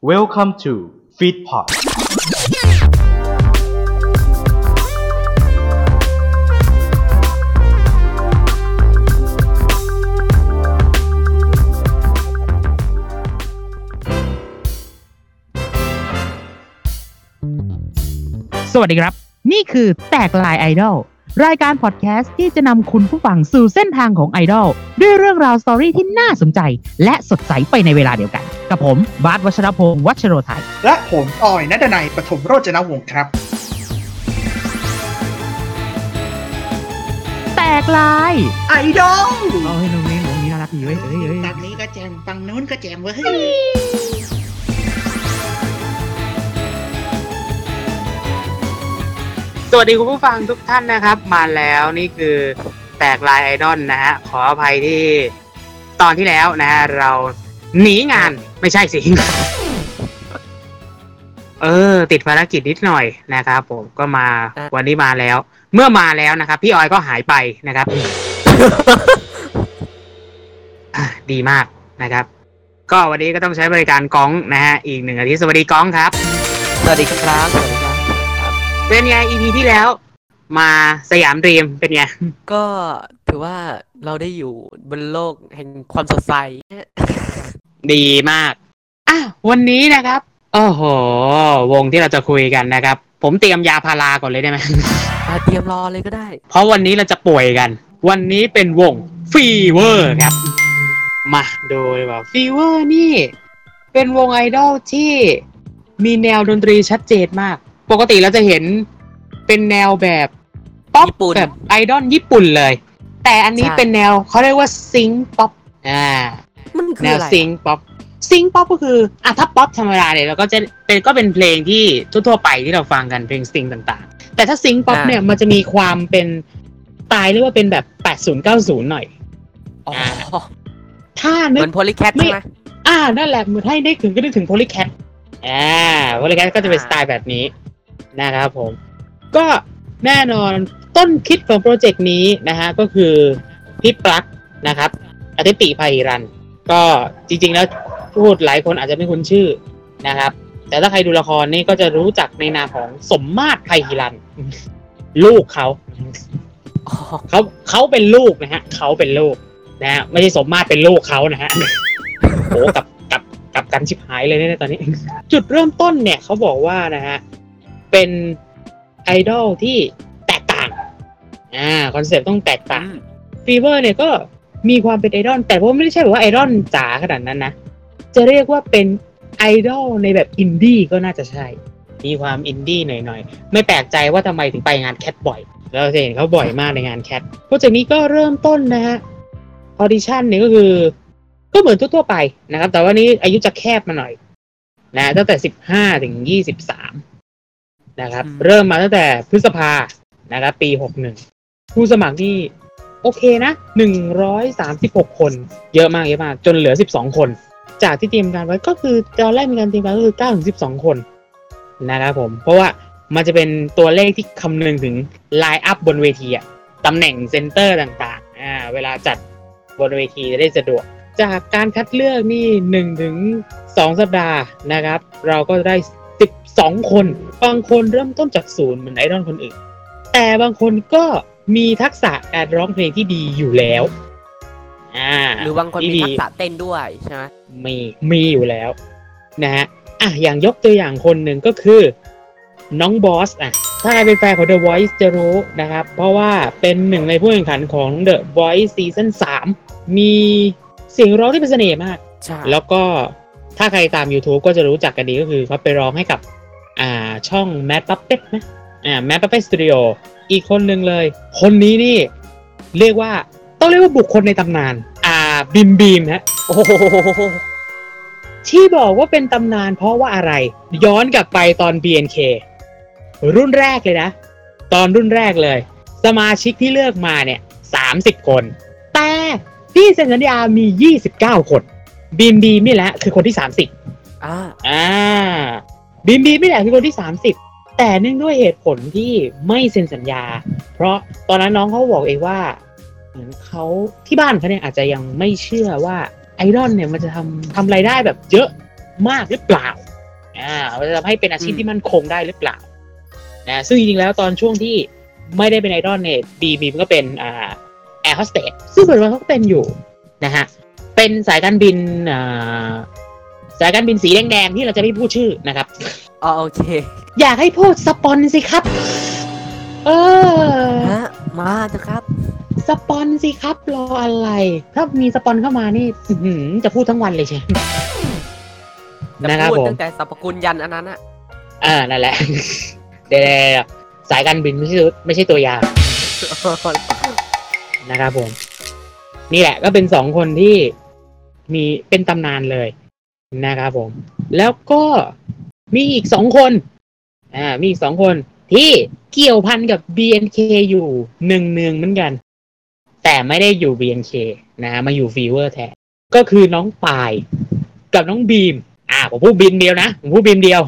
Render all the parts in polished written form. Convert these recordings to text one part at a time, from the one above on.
Welcome to Feedpot สวัสดีครับนี่คือแตกลายไอดอลรายการพอดแคสต์ที่จะนำคุณผู้ฟังสู่เส้นทางของไอดอลด้วยเรื่องราวสตอรี่ที่น่าสนใจและสดใสไปในเวลาเดียวกันกับผมบาส วัชรพงษ์ วัชโรไทยและผมออยณัฐนัย ปฐมโรจนวงศ์ครับแตกลายไอดอลเฮ้ยน้องนี้น่ารักดีเว้ยฝั่งนี้ก็แจมฝั่งนู้นก็แจมเว้ยสวัสดีคุณผู้ฟังทุกท่านนะครับมาแล้วนี่คือแตกลายไอดอลนะฮะขออภัยที่ตอนที่แล้วนะฮะเราหนีงานไม่ใช่สิติดภารกิจนิดหน่อยนะครับผมก็มาวันนี้มาแล้วเมื่อมาแล้วนะครับพี่ออยก็หายไปนะครับ ดีมากนะครับก็วันนี้ก็ต้องใช้บริการก้องนะฮะอีก1 อาทิตย์สวัสดีก้องครับสวัสดีครับสวัสดีครับเป็นไง EP ที่แล้วมาสยามดรีมเป็นไงก็ถือว่าเราได้อยู่บนโลกแห่งความสดใสดีมากวันนี้นะครับโอ้โหวงที่เราจะคุยกันนะครับผมเตรียมยาพาราก่อนเลยได้ไหมเตรียมรอเลยก็ได้เพราะวันนี้เราจะป่วยกันวันนี้เป็นวงฟีเวอร์ครับมาดูเลยว่าฟีเวอร์นี่เป็นวงไอดอลที่มีแนวดนตรีชัดเจนมากปกติเราจะเห็นเป็นแนวแบบป๊อปแบบไอดอลญี่ปุ่นเลยแต่อันนี้เป็นแนวเขาเรียกว่าซิงป๊อปมันคือแนวอะไรซิงป๊อปก็คือถ้าป๊อปธรรมดาเนี่ยเราก็จะเป็นเพลงที่ทั่วๆไปที่เราฟังกันเพลงซิงต่างๆแต่ถ้าซิงป๊อปเนี่ยมันจะมีความเป็นสไตล์เรียกว่าเป็นแบบ80 90หน่อยถ้านึกเหมือนโพลีแคทใช่ไหมนั่นแหละให้ได้ถึงก็นึกถึงโพลีแคทโพลีแคทก็จะเป็นสไตล์แบบนี้นะครับผมก็แน่นอนต้นคิดของโปรเจกต์นี้นะฮะก็คือพี่ปลั๊กนะครับอธิติไพรันก็จริงๆแล้วพูดหลายคนอาจจะไม่คุ้นชื่อนะครับแต่ถ้าใครดูละครนี่ก็จะรู้จักในนามของสมมาตรไพรันลูกเขาเป็นลูกนะฮะเขาเป็นลูกนะฮะไม่ใช่สมมาตรเป็นลูกเขานะฮะโอ้กับกันชิบหายเลยเนี่ยตอนนี้จุดเริ่มต้นเนี่ยเขาบอกว่านะฮะเป็นไอดอลที่แตกต่างคอนเซ็ปต์ต้องแตกต่างฟีเวอร์เนี่ยก็มีความเป็นไอดอลแต่ว่าไม่ได้ใช่แบบว่าไอดอลจ๋าขนาดนั้นนะจะเรียกว่าเป็นไอดอลในแบบอินดี้ก็น่าจะใช่มีความอินดี้หน่อยๆไม่แปลกใจว่าทำไมถึงไปงานแคทบ่อยเราจะเห็นเขาบ่อยมากในงานแคทโปรเจกต์นี้ก็เริ่มต้นนะฮะออดิชั่นเนี่ยก็คือก็เหมือนทั่วๆไปนะครับแต่ว่านี้อายุจะแคบมาหน่อยนะตั้งแต่15 ถึง 23นะครับเริ่มมาตั้งแต่พฤษภานะครับปี61ผู้สมัครที่โอเคนะ136คนเยอะมากจนเหลือ12คนจากที่เตรียมการไว้ก็คือตอนแรกมีการเตรียมการก็คือ9 ถึง 12คนนะครับผมเพราะว่ามันจะเป็นตัวเลขที่คำนึงถึงไลน์อัพบนเวทีตำแหน่งเซ็นเตอร์ต่างๆเวลาจัดบนเวทีจะได้สะดวกจากการคัดเลือกนี่1 ถึง 2 สัปดาห์นะครับเราก็ได้12คนบางคนเริ่มต้นจากศูนย์เหมือนไอดอลคนอื่นแต่บางคนก็มีทักษะการร้องเพลงที่ดีอยู่แล้วหรือบางคนมีทักษะเต้นด้วยใช่ไหมมีอยู่แล้วนะฮะอย่างยกตัวอย่างคนหนึ่งก็คือน้องบอสถ้าใครเป็นแฟนของ The Voice จะรู้นะครับเพราะว่าเป็นหนึ่งในผู้แข่งขันของ The Voice Season 3มีเสียงร้องที่เป็นเสน่ห์มากแล้วก็ถ้าใครตาม YouTube ก็จะรู้จักกันดีก็คือเขาไปร้องให้กับช่อง Mad Puppet นะMad Puppet Studio อีกคนหนึ่งเลยคนนี้นี่เรียกว่าต้องเรียกว่าบุคคลในตำนานบีมฮะโอ้โหที่บอกว่าเป็นตำนานเพราะว่าอะไรย้อนกลับไปตอน BNK รุ่นแรกเลยนะตอนรุ่นแรกเลยสมาชิกที่เลือกมาเนี่ย30คนแต่ที่เซ็นสัญญามี29คนบีมนี่แหละคือคนที่30บีมนี่แหละคือคนที่30แต่เนื่องด้วยเหตุผลที่ไม่เซ็นสัญญาเพราะตอนนั้นน้องเขาบอกเองว่าเหมือนเขาที่บ้านเขาเนี่ยอาจจะยังไม่เชื่อว่าไอดอลเนี่ยมันจะทำรายได้แบบเยอะมากหรือเปล่ามันจะทำให้เป็นอาชีพที่มั่นคงได้หรือเปล่านะซึ่งจริงๆแล้วตอนช่วงที่ไม่ได้เป็นไอดอลเนี่ยบีมก็เป็นแอร์โฮสเตสซึ่งปัจจุบันเขาก็เป็นอยู่นะฮะเป็นสายการบินสายการบินสีแดงๆที่เราจะไม่พูดชื่อนะครับอ๋อโอเคอยากให้พูดสปอนสิครับฮะมาเถอะครับสปอนสิครับรออะไรถ้ามีสปอนเข้ามานี่จะพูดทั้งวันเลยใช่นะครับผมตั้งแต่สรรพคุณยันอันนั้นนั่นแหละเดี๋ยวสายการบินไม่ใช่ตัวยานะครับผมนี่แหละก็เป็น2คนที่มีเป็นตำนานเลยนะครับผมแล้วก็มีอีก2คนมีอีก2คนที่เกี่ยวพันกับ BNK อยู่เนืองเหมือนกันแต่ไม่ได้อยู่ BNK นะมาอยู่ฟีเวอร์แทนก็คือน้องปายกับน้องบีมผมพูดบีมเดียวนะผมพูดบีมเดียว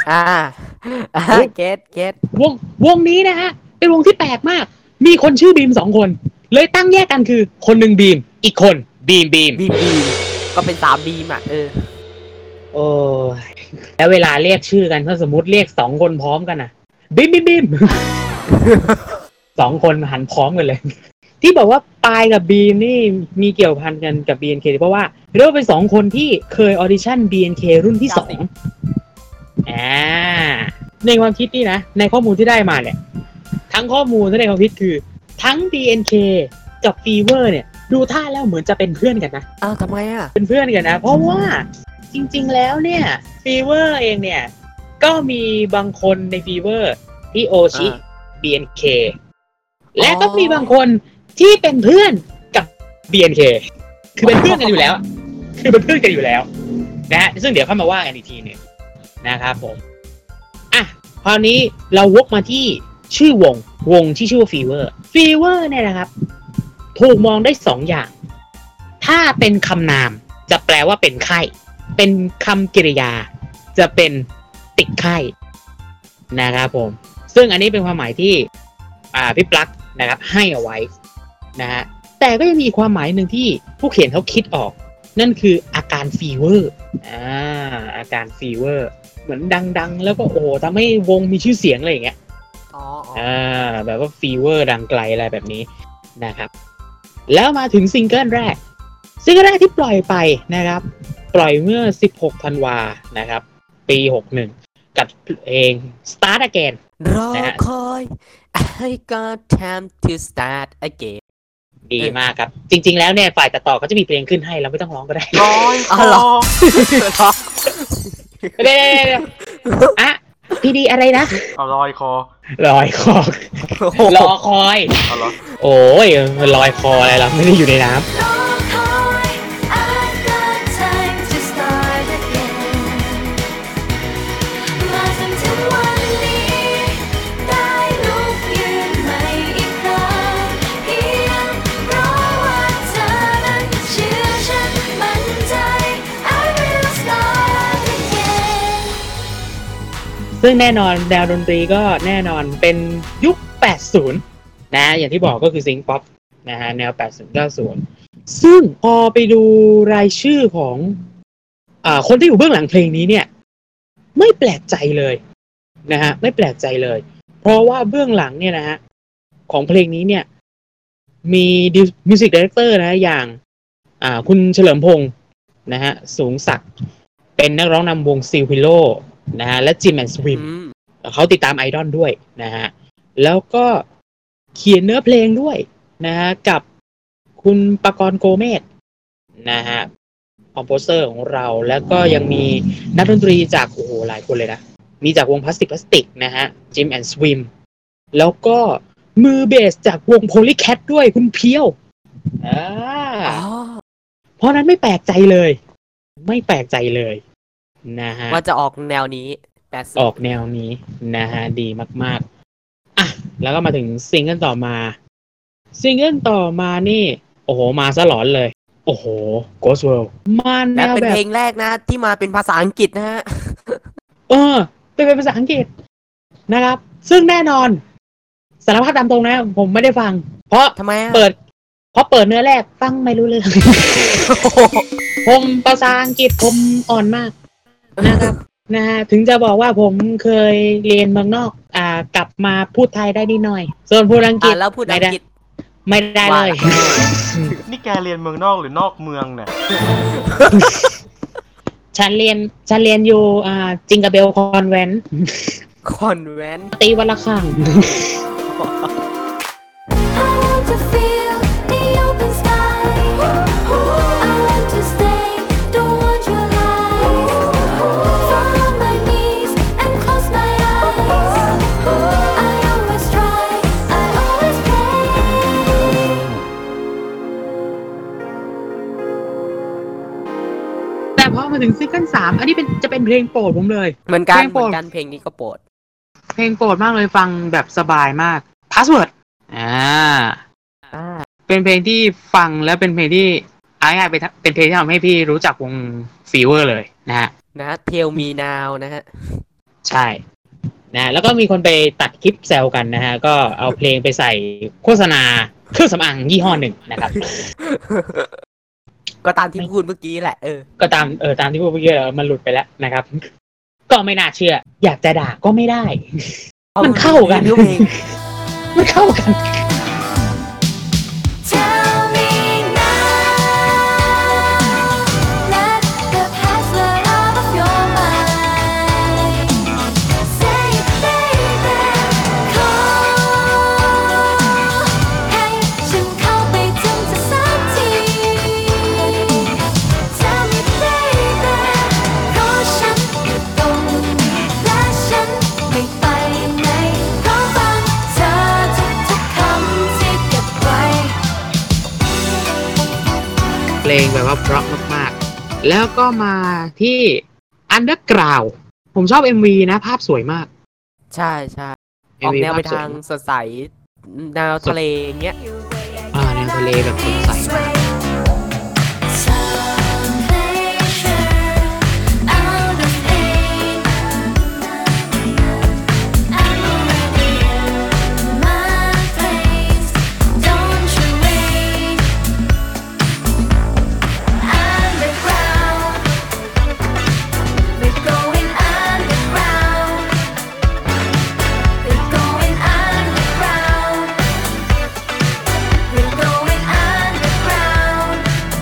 เก็ตวงนี้นะฮะเป็นวงที่แปลกมากมีคนชื่อบีม2คนเลยตั้งแยกกันคือคนหนึ่งบีมอีกคนบีมก็เป็น3บีมโอ้แล้วเวลาเรียกชื่อกันถ้าสมมติเรียก2คนพร้อมกันนะบีม2คนหันพร้อมกันเลยที่บอกว่าปายกับบีมนี่มีเกี่ยวพันกันกับ BNK เพราะว่าเรียกว่าเป็น2คนที่เคยออดิชั่น BNK รุ่นที่2ในความคิดนี่นะในข้อมูลที่ได้มาเนี่ยทั้งข้อมูลและในความคิดคือทั้ง BNK กับ Fever เนี่ยดูท่าแล้วเหมือนจะเป็นเพื่อนกันนะทำไมเป็นเพื่อนกันนะเพราะว่าจริงๆแล้วเนี่ย Fever เองเนี่ยก็มีบางคนใน Fever ที่โอชิ BNK และก็มีบางคนที่เป็นเพื่อนกับ BNK คือเป็นเพื่อนกันอยู่แล้วนะฮะซึ่งเดี๋ยวค่อยมาว่ากันอีกทีนึงนะครับผมคราวนี้เราวกมาที่ชื่อวงที่ชื่อว่า Fever เนี่ยนะครับถูกมองได้2อย่างถ้าเป็นคำนามจะแปลว่าเป็นไข้เป็นคำกริยาจะเป็นติดไข้นะครับผมซึ่งอันนี้เป็นความหมายที่พี่ปลั๊กนะครับให้เอาไว้นะฮะแต่ก็ยังมีความหมายหนึ่งที่ผู้เขียนเขาคิดออกนั่นคืออาการฟีเวอร์อาการฟีเวอร์เหมือนดังๆแล้วก็ทำให้วงมีชื่อเสียงอะไรอย่างเงี้ยแบบว่าฟีเวอร์ดังไกลอะไรแบบนี้นะครับแล้วมาถึงซิงเกิลแรกที่ปล่อยไปนะครับปล่อยเมื่อ16ธันวานะครับปี61กับเพลง Start Again รอคอย I got time to start again ดีมากครับจริงๆแล้วเนี่ยฝ่ายตัดต่อเขาจะมีเพลงขึ้นให้เราไม่ต้องร้องก็ได้หรอพี่ดีอะไรนะลอยคอรอคอยโอ้ยมันลอยคออะไรล่ะไม่ได้อยู่ในน้ำซึ่งแน่นอนแนวดนตรีก็แน่นอนเป็นยุค 80 นะอย่างที่บอกก็คือซิงค์ป๊อปนะฮะแนว 80 90 ซึ่งพอไปดูรายชื่อของคนที่อยู่เบื้องหลังเพลงนี้เนี่ยไม่แปลกใจเลยนะฮะไม่แปลกใจเลยเพราะว่าเบื้องหลังเนี่ยนะฮะของเพลงนี้เนี่ยมีมิวสิกไดเรคเตอร์นะอย่างคุณเฉลิมพงษ์นะฮะสูงศักดิ์เป็นนักร้องนำวงซิลพิโลนะฮะและจิมแอนด์สวิมเขาติดตามไอดอลด้วยนะฮะแล้วก็เขียนเนื้อเพลงด้วยนะฮะกับคุณปกรณ์โกเมศนะฮะคอมโพเซอร์ของเราแล้วก็ยังมีนักดนตรีจากหลายคนเลยนะมีจากวงพลาสติกนะฮะจิมแอนด์สวิมแล้วก็มือเบสจากวงโพลีแคทด้วยคุณเพียวเพราะนั้นไม่แปลกใจเลยนะฮะว่าจะออกแนวนี้ออกแนวนี้นะฮะดีมากๆแล้วก็มาถึงซิงเกิลต่อมานี่มาซะหลอนเลยGhost World มาแนวแบบเป็นเพลงแรกนะที่มาเป็นภาษาอังกฤษนะฮะเป็นภาษาอังกฤษนะครับซึ่งแน่นอนสารภาพตามตรงนะผมไม่ได้ฟังเพราะทำไมเปิดเนื้อแรกฟังไม่รู้เรื่องผมภาษาอังกฤษผมอ่อนมากนะครับนะฮะถึงจะบอกว่าผมเคยเรียนเมืองนอกกลับมาพูดไทยได้นิดหน่อยส่วนพูดอังกฤษแล้วพูดอังกฤษไม่ได้เลยนี่แกเรียนเมืองนอกหรือนอกเมืองเนี่ยฉันเรียนอยู่จิงกาเบลคอนแวนต์คอนแวนต์ตีวันละครั้ง I want to feel the open sky. I want to stay, don't want your lies. Fall on my knees and close my eyes. I always try, I always pray. แต่พอมาถึงซิงเกิล3อันนี้จะเป็นเพลงโปรดผมเลยเหมือนกันเพลงโปรดเพลงนี้ก็โปรดเพลงโปรดมากเลยฟังแบบสบายมาก Password เป็นเพลงที่ฟังแล้วเป็นเพลงที่ง่ายๆเป็นเพลงที่ทำให้พี่รู้จักวงฟีเวอร์เลยนะฮะนะเทลมีนาวนะฮะใช่นะแล้วก็มีคนไปตัดคลิปแซวกันนะฮะก็เอาเพลงไปใส่โฆษณาเครื่องสำอางยี่ห้อหนึ่งนะครับก็ตามที่พูดเมื่อกี้แหละก็ตามที่พูดเมื่อกี้มันหลุดไปแล้วนะครับ ก็ไม่น่าเชื่อ อยากจะด่าก็ไม่ได้ มันเข้ากันเพลงมันเข้ากัน Tell me now, let the past slip out of your mind. Say it, baby, call. ให้ฉันเข้าไปถึงจะสักที Tell me, baby, เพราะฉันอยู่ตรงนี้และฉันไม่ไปไหนเพราะฟังเธอทุกๆคำที่เก็บไว้เพลงแบบว่าเพราะมากๆ แล้วก็มาที่ Underground ผมชอบ MV นะภาพสวยมากใช่ใช่ออก MV แนวไปภาพสวยทางสดใสแนวทะเลอย่างเงี้ยแนวทะเลแบบสดใสมาก Out of pain, I'm already in my place. Don't you wait. Underground, we're going underground. We're going underground. We're going underground.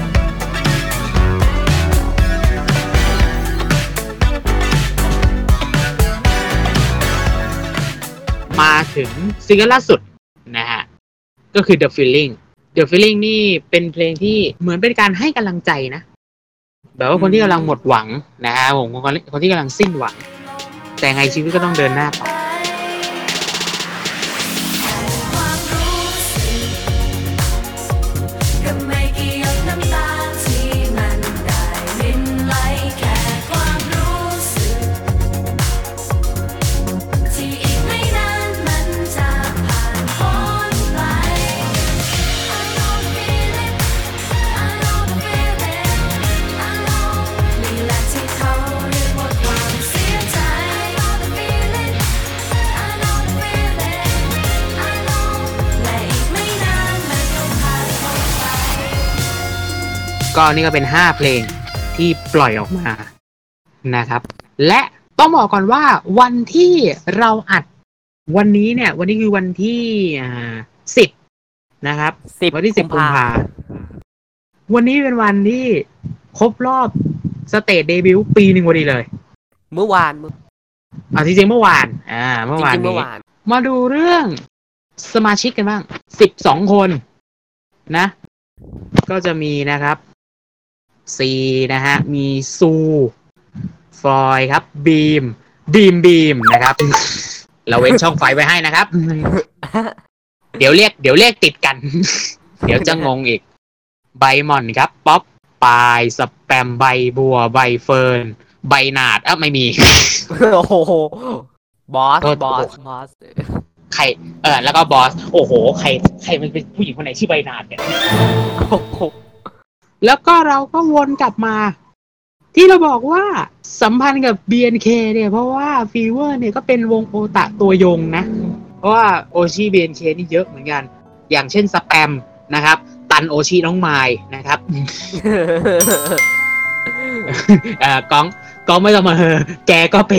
มาถึงซิงเกิลล่าสุดนะฮะก็คือ The Feeling The Feeling นี่เป็นเพลงที่เหมือนเป็นการให้กำลังใจนะ แบบว่าคนที่กำลังหมดหวังนะฮะผมคนที่กำลังสิ้นหวัง แต่ไงชีวิตก็ต้องเดินหน้าต่อความรู้สึกกับไม่กี่หยดน้ำตาที่มันได้รินไหลแค่ความรู้สึกที่อีกไม่นานมันจะผ่านพ้นไป I know the feeling I know the feeling I know นี่แหละที่เขาเรียกว่าความเสียใจ I know the feeling I know the feeling I know และอีกไม่นานมันก็ผ่านพ้นไปก็นี่ก็เป็น5เพลงที่ปล่อยออกมานะครับ และต้องบอกก่อนว่าวันที่เราอัดวันนี้เนี่ย วันนี้คือวันที่10นะครับ 10 วันที่10กุมภาวันนี้เป็นวันที่ครบรอบสเตจเดบิวต์ปีหนึ่งพอดีเลยเมื่อวานจริงๆเมื่อวานเมื่อวานจริงๆเมื่นี้อวานมาดูเรื่องสมาชิกกันบ้าง12คนนะ ก็จะมีนะครับซีนะฮะมีซูฟลอยครับบีมนะครับ เราเว้นช่องไฟไว้ให้นะครับ เดี๋ยวเรียกติดกัน เดี๋ยวจะงงอีกใบหม่อนครับป๊อปปายสแปมใบบัวใบเฟิร์นใบหนาดไม่มีโอ้โหบอสโทษบอสใครแล้วก็บอสโอ้โหใครมันเป็นผู้หญิงคนไหนชื่อใบหนาดเนี่ยโอ้โหแล้วก็เราก็วนกลับมา ที่เราบอกว่าสัมพันธ์กับ BNK เนี่ยเพราะว่าฟีเวอร์เนี่ยก็เป็นวงโอตะตัวยงนะ เพราะว่าโอชิ BNK นี่เยอะเหมือนกัน อย่างเช่นสแปมนะครับตันโอชิน้องไมล์นะครับ กก็ไม่ต้องมาแกก็เป็น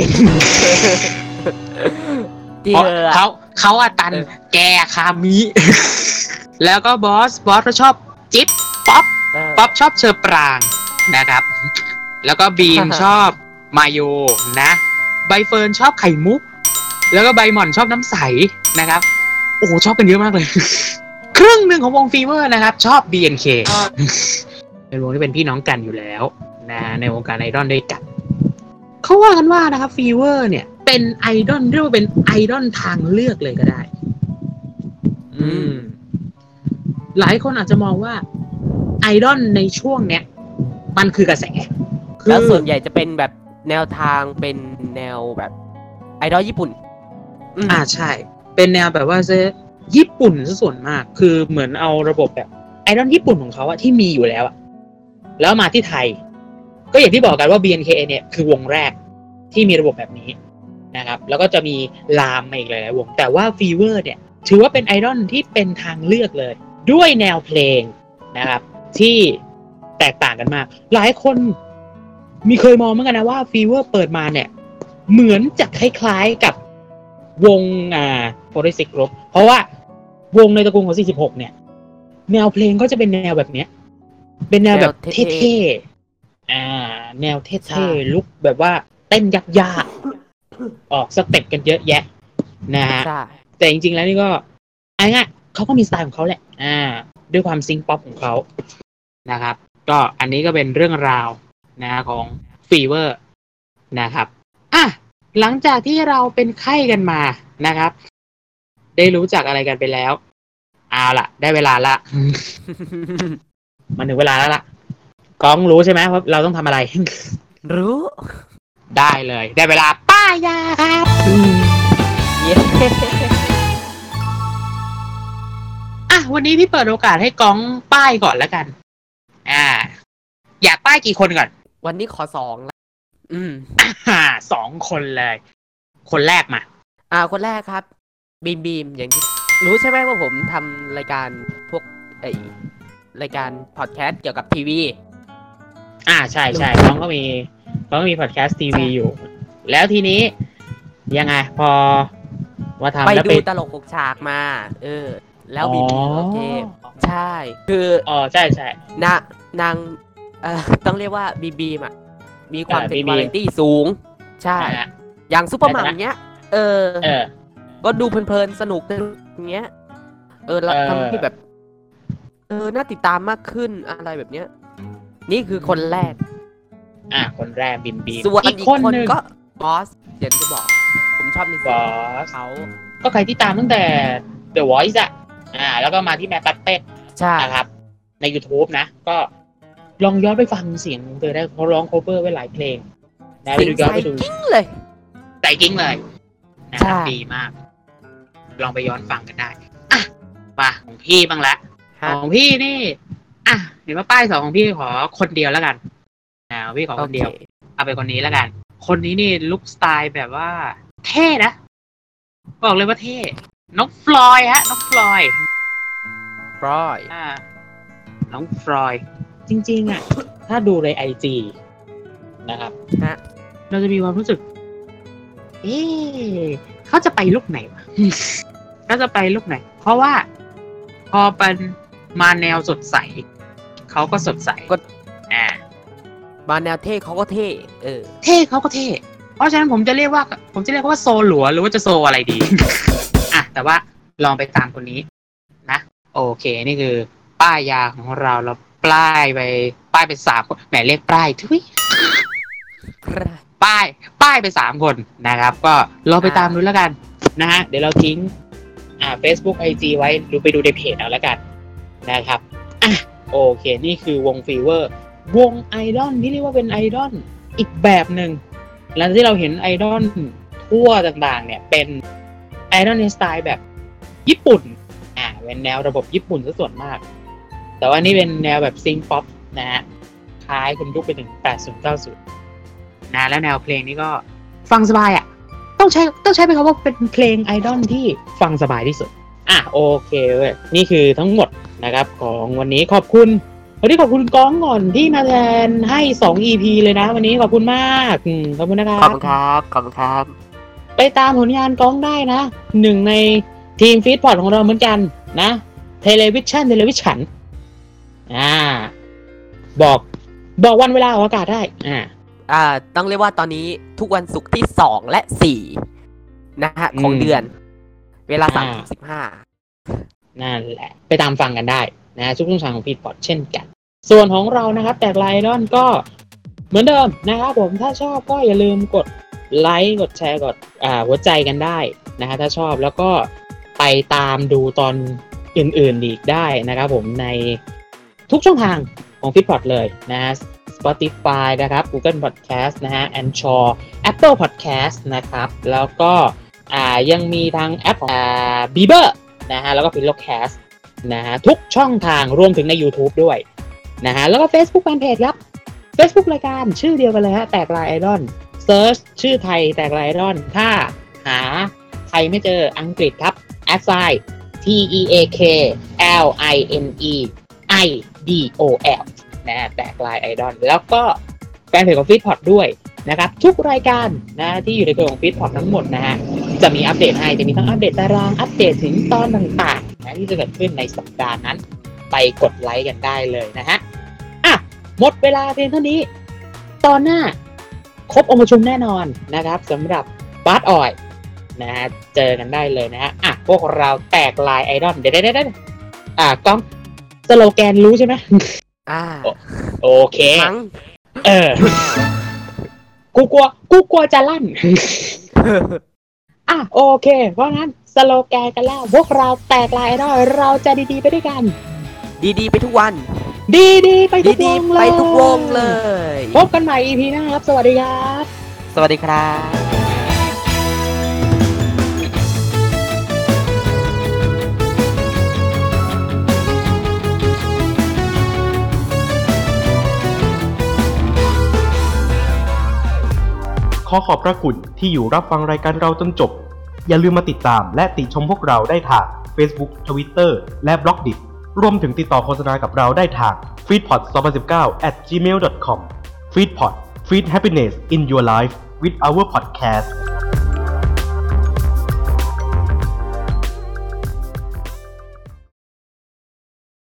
ที่เพราะเธอเขาอะตัน แกคามิ แล้วก็บอสเขาชอบจิ๊บป๊อปชอบเชอปรางนะครับ แล้วก็บีมชอบมาโยนะใบเฟิร์นชอบไข่มุก แล้วก็ใบหม่อนชอบน้ำใสนะครับโอ้โหชอบกันเยอะมากเลย ครึ่งหนึ่งของวงฟีเวอร์นะครับชอบ BNK เป็นวงที่เป็นพี่น้องกันอยู่แล้วนะในวงการไอดอลด้วยกันเขาว่ากันว่านะครับฟีเวอร์เนี่ยเป็นไอดอลเรียกว่าเป็นไอดอลทางเลือกเลยก็ได้หลายคนอาจจะมองว่าไอดอลในช่วงเนี้ยมันคือกระแสแล้วส่วนใหญ่จะเป็นแบบแนวทางเป็นแนวแบบไอดอลญี่ปุ่นใช่เป็นแนวแบบว่าญี่ปุ่นซะส่วนมากคือเหมือนเอาระบบแบบไอดอลญี่ปุ่นของเขาอะที่มีอยู่แล้วอะแล้วมาที่ไทยก็อย่างที่บอกกันว่า BNK เนี่ยคือวงแรกที่มีระบบแบบนี้นะครับแล้วก็จะมีลามมาอีกหลายๆวงแต่ว่าฟีเวอร์เนี่ยถือว่าเป็นไอดอลที่เป็นทางเลือกเลยด้วยแนวเพลงนะครับที่แตกต่างกันมากหลายคนมีเคยมองเหมือนกันนะว่าฟีเวอร์เปิดมาเนี่ยเหมือนจะคล้ายๆกับวงโพลิซิกรุ๊ปเพราะว่าวงในตระกูลของ46เนี่ยแนวเพลงก็จะเป็นแนวแบบเนี้ยเป็นแนวแบบเท่ๆแนวเท่ๆลุคแบบว่าเต้นยากๆออกสเต็ปกันเยอะแยะนะฮะแต่จริงๆแล้วนี่ก็ง่ายๆเขาก็มีสไตล์ของเขาแหละด้วยความซิงค์ป๊อปของเขานะครับก็อันนี้ก็เป็นเรื่องราวนะของฟีเวอร์นะครับหลังจากที่เราเป็นไข้กันมานะครับได้รู้จักอะไรกันไปแล้วเอาล่ะได้เวลาละ มันถึงเวลาแล้วล่ะก้องรู้ใช่ไหมว่าเราต้องทำอะไรรู้ได้เลยได้เวลาป้ายยาครับวันนี้พี่เปิดโอกาสให้ก้องป้ายก่อนแล้วกันอยากป้ายกี่คนก่อนวันนี้ขอ2ละ 2 คนเลยคนแรกมาคนแรกครับบีมอย่างที่รู้ใช่ไหมว่าผมทำรายการพวกรายการพอดแคสต์เกี่ยวกับทีวีใช่น้องก็มีพอดแคสต์ทีวีอยู่แล้วทีนี้ยังไงพอว่าทำแล้วไปดูตลก6ฉากมาแล้วบีมโอเคใช่คือใช่นางต้องเรียกว่าบีมมีความเป็นวาไรตี้สูงใช่อย่างซุปเปอร์มัมเนี้ยก็ดูเพลินๆสนุกอย่างเงี้ยแล้วทำให้แบบน่าติดตามมากขึ้นอะไรแบบเนี้ยนี่คือคนแรกคนแรกบีมส่วนอีกคนก็บอสอย่างที่บอกผมชอบในบอสเขาก็ใครที่ตามตั้งแต่ The Voice แล้วก็มาที่แม่ตั๊กเป๊กใช่นะครับใน YouTube นะก็ลองย้อนไปฟังเสียงเธอได้เขาร้องโคเวอร์ไว้หลายเพลงนะไปดูย้อนไปดูกิ้งเลยใจกิ้งเลยนะครับดีมากลองไปย้อนฟังกันได้มาของพี่บ้างละของพี่นี่เห็นว่าป้าย2ของพี่ขอคนเดียวแล้วกันพี่ขอคนเดียวเอาไปคนนี้แล้วกันคนนี้นี่ลุคสไตล์แบบว่าเท่นะบอกเลยว่าเท่น้องฟลอยฮะน้องฟลอยน้องฟลอยจริงๆถ้าดูใน IG นะครับเราจะมีความรู้สึกเขาจะไปลุคไหนวะ เขาจะไปลุคไหนเพราะว่าพอเป็นมาแนวสดใสเขาก็สดใสก็มาแนวเท่เขาก็เท่เท่เขาก็เท่เพราะฉะนั้นผมจะเรียกว่าโซหลัวหรือว่าจะโซอะไรดี แต่ว่าลองไปตามคนนี้นะโอเคนี่คือป้ายยาของเราป้ายไป3คนแหมเรียกป้ายทุยป้ายไป3คนนะครับก็ลองไปตามดูแล้วกันนะฮะเดี๋ยวเราทิ้งFacebook IG ไว้ดูไปดูในเพจเอาแล้วกันนะครับโอเคนี่คือวงฟีเวอร์วงไอดอลที่เรียกว่าเป็นไอดอลอีกแบบหนึ่งแล้วที่เราเห็นไอดอลทั่วต่างๆเนี่ยเป็นไอดอลในสไตล์แบบญี่ปุ่นเป็นแนวระบบญี่ปุ่นซะส่วนมากแต่ว่านี่เป็นแนวแบบซิงป๊อปนะฮะคล้ายคุณยุคไปถึง80-90นะแล้วแนวเพลงนี้ก็ฟังสบายต้องใช้เป็นคำว่าเป็นเพลงไอดอลที่ฟังสบายที่สุดโอเคเว้ยนี่คือทั้งหมดนะครับของวันนี้ขอบคุณวันนี้ขอบคุณก้องก่อนที่มาแทนให้2 EP เลยนะวันนี้ขอบคุณมากขอบคุณนะครับขอบคุณครับขอบคุณครับไปตามผลงานก้องได้นะหนึ่งในทีมฟีดพอร์ตของเราเหมือนกันนะเทเลวิชั่นบอกวันเวลาออกอากาศได้ต้องเรียกว่าตอนนี้ทุกวันศุกร์ที่2และ4นะฮะของเดือนเวลา3:15 นั่นแหละไปตามฟังกันได้นะทุกช่องทางของฟีดพอร์ตเช่นกันส่วนของเรานะครับแตกลายไอดอลก็เหมือนเดิมนะครับผมถ้าชอบก็อย่าลืมกดไลค์กดแชร์กดหัวใจกันได้นะฮะถ้าชอบแล้วก็ไปตามดูตอนอื่นๆอีกได้นะครับผมในทุกช่องทางของฟีดพอร์ตเลยนะ Spotify นะครับ Google Podcast นะฮะ Anchor Apple Podcast นะครับแล้วก็ยังมีทางแอปBieber นะฮะแล้วก็ Pillowcast นะฮะทุกช่องทางรวมถึงใน YouTube ด้วยนะฮะแล้วก็ Facebook Fanpage ครับ Facebook รายการชื่อเดียวกันเลยฮะแตกลายไอดอลเซิร์ชชื่อไทยแตกลายไอดอลถ้าหาไทยไม่เจออังกฤษครับ TEAKLINEIDOL นะแตกลายไอดอลแล้วก็แฟนเพจของฟีดพอร์ตด้วยนะครับทุกรายการนะที่อยู่ในกลุ่มของฟีดพอร์ตทั้งหมดนะฮะจะมีอัปเดตให้จะมีทั้งอัปเดตตารางอัปเดตถึงตอนต่างๆนะที่จะเกิดขึ้นในสัปดาห์นั้นไปกดไลค์กันได้เลยนะฮะหมดเวลาเพียงเท่านี้ตอนหน้าครบองค์ประชุมแน่นอนนะครับสำหรับบาสออยนะฮะเจอกันได้เลยนะฮะพวกเราแตกลายไอดอลเดี๋ยวก้องสโลแกนรู้ใช่ไหมโอเคกูกลัวจะลั่นโอเคเพราะงั้นสโลแกนกันแล้วพวกเราแตกลายไอดอลเราจะดีๆไปด้วยกันดีๆไปทุกวันดีๆไปทุกวงเลยไปทุกวงเลยพบกันใหม่ EP หน้าครับสวัสดีครับสวัสดีครับขอขอบพระคุณที่อยู่รับฟังรายการเราจนจบอย่าลืมมาติดตามและติชมพวกเราได้ทาง Facebook Twitter และ Blogdit รวมถึงติดต่อโฆษณากับเราได้ทาง feedpot2019@gmail.com Feedpot Feed Happiness in Your Life with our podcast